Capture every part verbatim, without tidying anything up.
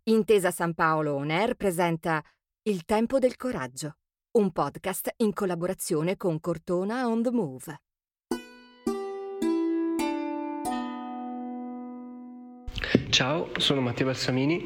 Intesa San Paolo On Air presenta Il tempo del coraggio, un podcast in collaborazione con Cortona on the Move. Ciao, sono Matteo Balsamini.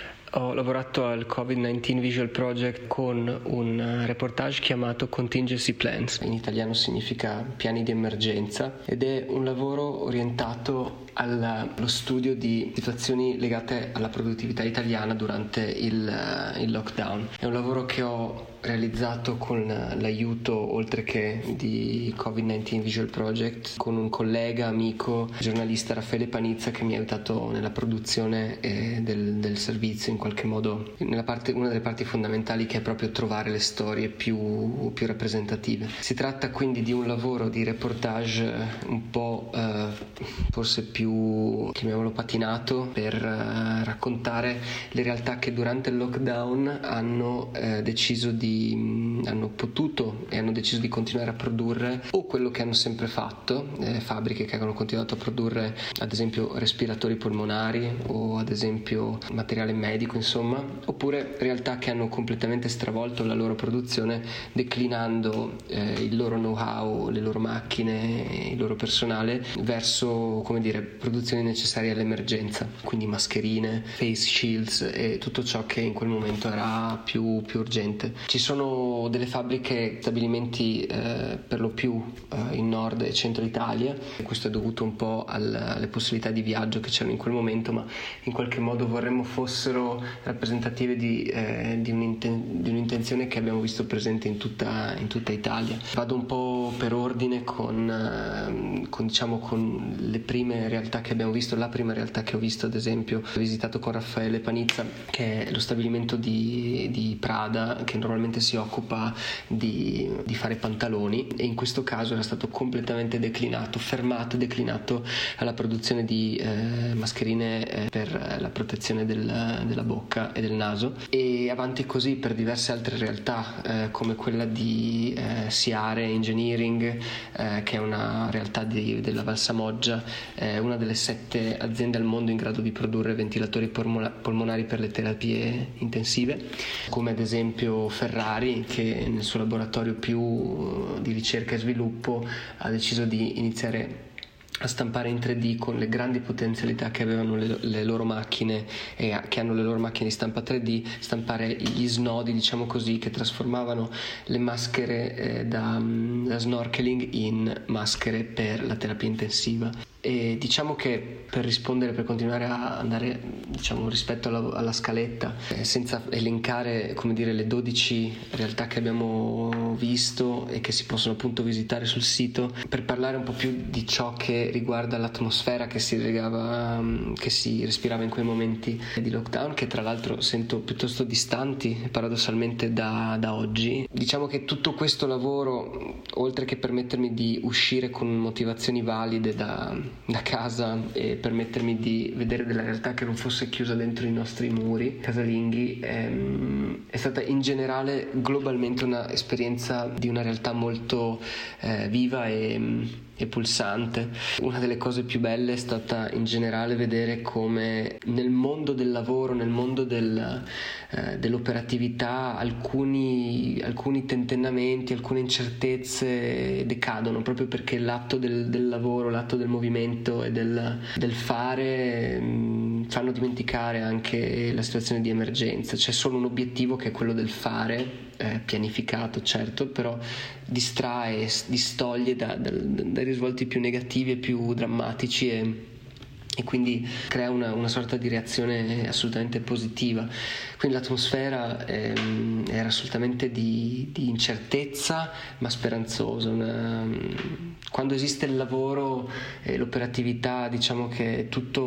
Ho lavorato al covid diciannove Visual Project con un reportage chiamato Contingency Plans. In italiano significa piani di emergenza ed è un lavoro orientato allo studio di situazioni legate alla produttività italiana durante il, il lockdown. È un lavoro che ho realizzato con l'aiuto, oltre che di covid diciannove Visual Project, con un collega, amico, giornalista, Raffaele Panizza, che mi ha aiutato nella produzione eh, del, del servizio, in qualche modo nella parte, una delle parti fondamentali, che è proprio trovare le storie più, più rappresentative. Si tratta quindi di un lavoro di reportage un po' eh, forse più, chiamiamolo, patinato, per eh, raccontare le realtà che durante il lockdown hanno eh, deciso di hanno potuto e hanno deciso di continuare a produrre o quello che hanno sempre fatto, eh, fabbriche che hanno continuato a produrre ad esempio respiratori polmonari o ad esempio materiale medico, insomma, oppure realtà che hanno completamente stravolto la loro produzione, declinando eh, il loro know-how, le loro macchine, il loro personale verso, come dire, produzioni necessarie all'emergenza, quindi mascherine, face shields e tutto ciò che in quel momento era più, più urgente. Ci sono delle fabbriche, stabilimenti eh, per lo più eh, in nord e centro Italia, e questo è dovuto un po' al, alle possibilità di viaggio che c'erano in quel momento, ma in qualche modo vorremmo fossero rappresentative di, eh, di, un'inten- di un'intenzione che abbiamo visto presente in tutta, in tutta Italia. Vado un po' per ordine con, eh, con, diciamo, con le prime realtà che abbiamo visto. La prima realtà che ho visto, ad esempio, ho visitato con Raffaele Panizza, che è lo stabilimento di, di Prada, che normalmente si occupa di, di fare pantaloni, e in questo caso era stato completamente declinato, fermato, declinato alla produzione di eh, mascherine eh, per la protezione del, della bocca e del naso, e avanti così per diverse altre realtà eh, come quella di eh, Siare Engineering, eh, che è una realtà di, della Valsamoggia, eh, una delle sette aziende al mondo in grado di produrre ventilatori polmona- polmonari per le terapie intensive, come ad esempio Ferrari, che nel suo laboratorio più di ricerca e sviluppo ha deciso di iniziare a stampare in tre D con le grandi potenzialità che avevano le, le loro macchine e che hanno le loro macchine di stampa tre D, stampare gli snodi, diciamo così, che trasformavano le maschere eh, da, da snorkeling in maschere per la terapia intensiva. E diciamo che per rispondere, per continuare a andare, diciamo, rispetto alla, alla scaletta, eh, senza elencare, come dire, le dodici realtà che abbiamo visto e che si possono appunto visitare sul sito, per parlare un po' più di ciò che riguarda l'atmosfera che si regava, che si respirava in quei momenti di lockdown, che tra l'altro sento piuttosto distanti paradossalmente da, da oggi. Diciamo che tutto questo lavoro, oltre che permettermi di uscire con motivazioni valide da da casa e permettermi di vedere della realtà che non fosse chiusa dentro i nostri muri casalinghi, ehm, è stata in generale globalmente una esperienza di una realtà molto eh, viva e e pulsante. Una delle cose più belle è stata in generale vedere come nel mondo del lavoro, nel mondo del, eh, dell'operatività, alcuni, alcuni tentennamenti, alcune incertezze decadono, proprio perché l'atto del, del lavoro, l'atto del movimento e del, del fare mh, fanno dimenticare anche la situazione di emergenza. C'è solo un obiettivo, che è quello del fare, eh, pianificato, certo, però distrae, distoglie da, da, dai risvolti più negativi e più drammatici, e, e quindi crea una, una sorta di reazione assolutamente positiva. Quindi l'atmosfera ehm, era assolutamente di, di incertezza ma speranzosa. Una, quando esiste il lavoro e l'operatività, diciamo che tutto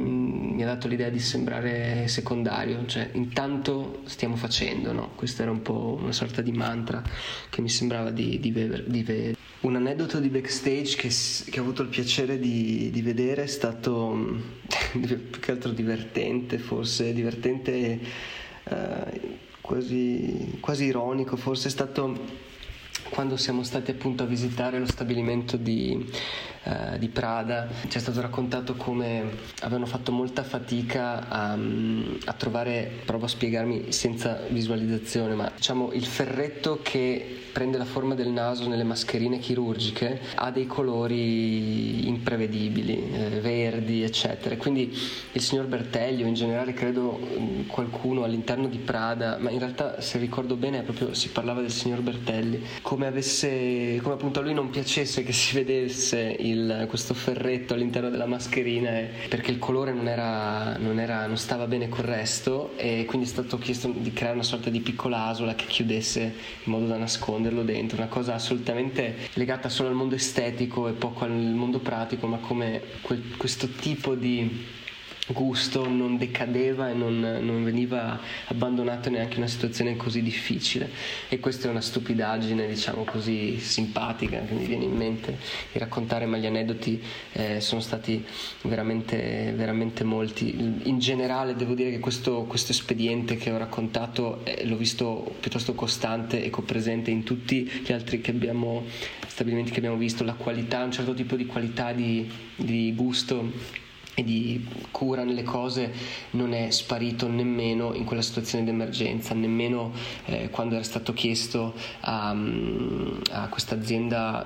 m, mi ha dato l'idea di sembrare secondario, cioè intanto stiamo facendo, no? Questo era un po' una sorta di mantra che mi sembrava di, di, vever, di vedere. Un aneddoto di backstage che, che ho avuto il piacere di, di vedere è stato più che altro divertente, forse divertente, eh, quasi, quasi ironico, forse è stato quando siamo stati appunto a visitare lo stabilimento di, uh, di Prada, ci è stato raccontato come avevano fatto molta fatica a, a trovare, provo a spiegarmi senza visualizzazione, ma diciamo il ferretto che prende la forma del naso nelle mascherine chirurgiche ha dei colori imprevedibili, eh, verdi eccetera, quindi il signor Bertelli o in generale credo qualcuno all'interno di Prada, ma in realtà se ricordo bene proprio si parlava del signor Bertelli, come avesse, come appunto a lui non piacesse che si vedesse il, questo ferretto all'interno della mascherina, perché il colore non era, non era, non stava bene col resto, e quindi è stato chiesto di creare una sorta di piccola asola che chiudesse in modo da nasconderlo dentro, una cosa assolutamente legata solo al mondo estetico e poco al mondo pratico, ma come quel, questo tipo di gusto non decadeva e non, non veniva abbandonato neanche in una situazione così difficile. E questa è una stupidaggine, diciamo così, simpatica che mi viene in mente di raccontare, ma gli aneddoti eh, sono stati veramente veramente molti. In generale devo dire che questo, questo espediente che ho raccontato eh, l'ho visto piuttosto costante e copresente in tutti gli altri che abbiamo, stabilimenti che abbiamo visto. La qualità, un certo tipo di qualità di, di gusto e di cura nelle cose non è sparito nemmeno in quella situazione di emergenza, nemmeno eh, quando era stato chiesto a, a questa azienda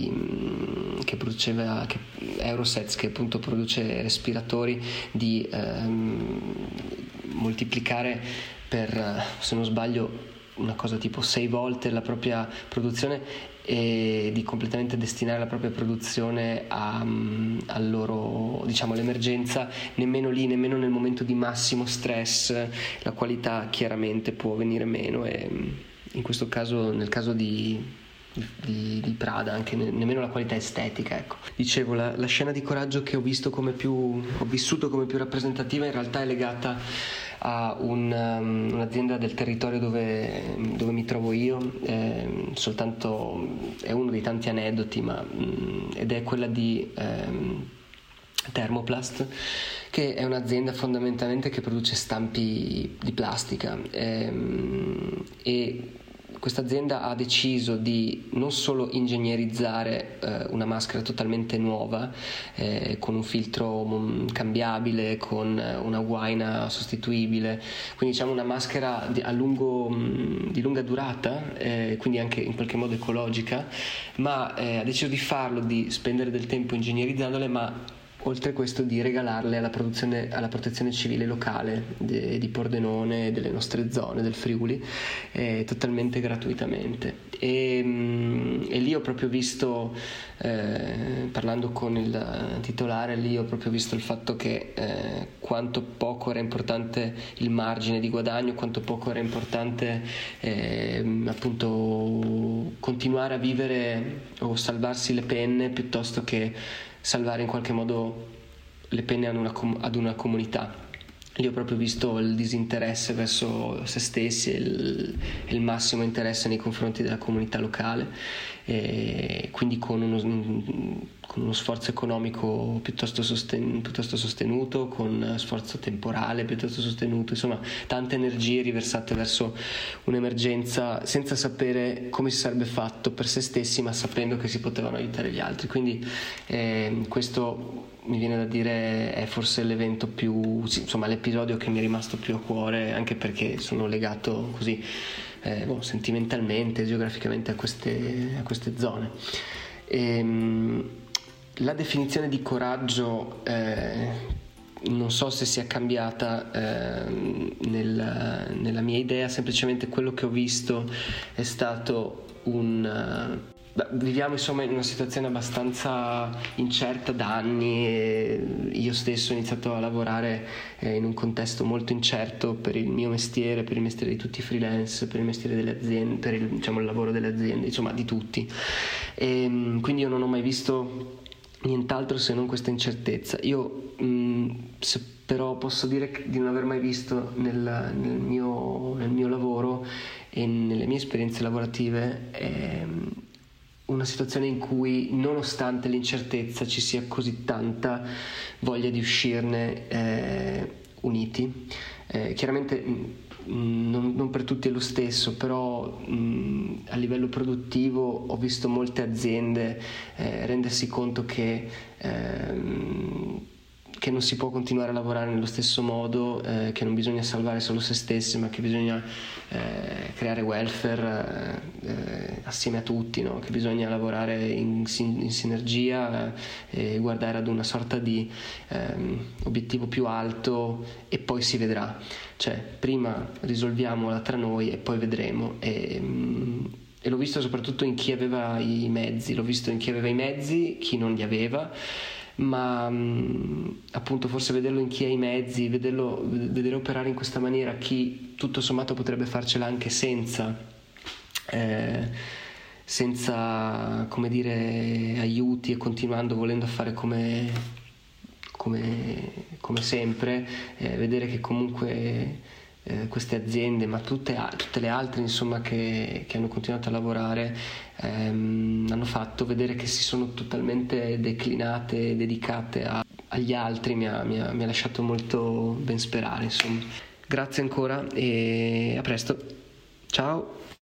di, che produceva che, Eurosets, che appunto produce respiratori, di ehm, moltiplicare per, se non sbaglio, una cosa tipo sei volte la propria produzione e di completamente destinare la propria produzione a, al loro, diciamo, all'emergenza. Nemmeno lì, nemmeno nel momento di massimo stress, la qualità chiaramente può venire meno, e in questo caso, nel caso di Di, di Prada, anche ne, nemmeno la qualità estetica, ecco. Dicevo, la, la scena di coraggio che ho visto come più ho vissuto come più rappresentativa in realtà è legata a un, um, un'azienda del territorio dove, dove mi trovo io, eh, soltanto è uno dei tanti aneddoti, ma mh, ed è quella di ehm, Thermoplast, che è un'azienda fondamentalmente che produce stampi di plastica, ehm, e questa azienda ha deciso di non solo ingegnerizzare eh, una maschera totalmente nuova, eh, con un filtro m- cambiabile, con una guaina sostituibile, quindi diciamo una maschera di, a lungo, mh, di lunga durata, eh, quindi anche in qualche modo ecologica, ma eh, ha deciso di farlo, di spendere del tempo ingegnerizzandole, ma oltre a questo di regalarle alla, produzione, alla protezione civile locale de, di Pordenone, delle nostre zone, del Friuli, eh, totalmente gratuitamente. E, mh, e lì ho proprio visto, eh, parlando con il titolare, lì ho proprio visto il fatto che eh, quanto poco era importante il margine di guadagno, quanto poco era importante eh, appunto continuare a vivere o salvarsi le penne piuttosto che salvare in qualche modo le penne ad una, ad una comunità. Lì ho proprio visto il disinteresse verso se stessi e il, il massimo interesse nei confronti della comunità locale, e quindi con uno, con uno sforzo economico piuttosto, sosten, piuttosto sostenuto, con sforzo temporale piuttosto sostenuto, insomma tante energie riversate verso un'emergenza senza sapere come si sarebbe fatto per se stessi, ma sapendo che si potevano aiutare gli altri. Quindi eh, questo mi viene da dire è forse l'evento più, sì, insomma l'episodio che mi è rimasto più a cuore, anche perché sono legato così eh, boh, sentimentalmente, geograficamente a queste, a queste zone. E, mh, la definizione di coraggio eh, non so se sia cambiata eh, nel, nella mia idea, semplicemente quello che ho visto è stato un... Uh, viviamo insomma in una situazione abbastanza incerta da anni, e io stesso ho iniziato a lavorare eh, in un contesto molto incerto per il mio mestiere, per il mestiere di tutti i freelance, per il mestiere delle aziende, per il, diciamo, il lavoro delle aziende, insomma di tutti, e quindi io non ho mai visto nient'altro se non questa incertezza. Io mh, se però posso dire di non aver mai visto nel, nel, mio, nel mio lavoro e nelle mie esperienze lavorative eh, una situazione in cui, nonostante l'incertezza, ci sia così tanta voglia di uscirne eh, uniti. Eh, chiaramente mh, non, non per tutti è lo stesso, però mh, a livello produttivo ho visto molte aziende eh, rendersi conto che ehm, che non si può continuare a lavorare nello stesso modo, eh, che non bisogna salvare solo se stessi, ma che bisogna eh, creare welfare eh, assieme a tutti, no? Che bisogna lavorare in, in sinergia eh, e guardare ad una sorta di ehm, obiettivo più alto, e poi si vedrà. Cioè, prima risolviamola tra noi e poi vedremo. E, mh, e l'ho visto soprattutto in chi aveva i mezzi, l'ho visto in chi aveva i mezzi, chi non li aveva, ma mh, appunto forse vederlo in chi ha i mezzi, vederlo, vedere operare in questa maniera chi tutto sommato potrebbe farcela anche senza eh, senza, come dire, aiuti, e continuando volendo fare come come, come sempre, eh, vedere che comunque Eh, queste aziende, ma tutte, tutte le altre insomma che, che hanno continuato a lavorare, ehm, hanno fatto vedere che si sono totalmente declinate, dedicate a, agli altri, mi ha, mi, ha, mi ha lasciato molto ben sperare, insomma. Grazie ancora e a presto, ciao.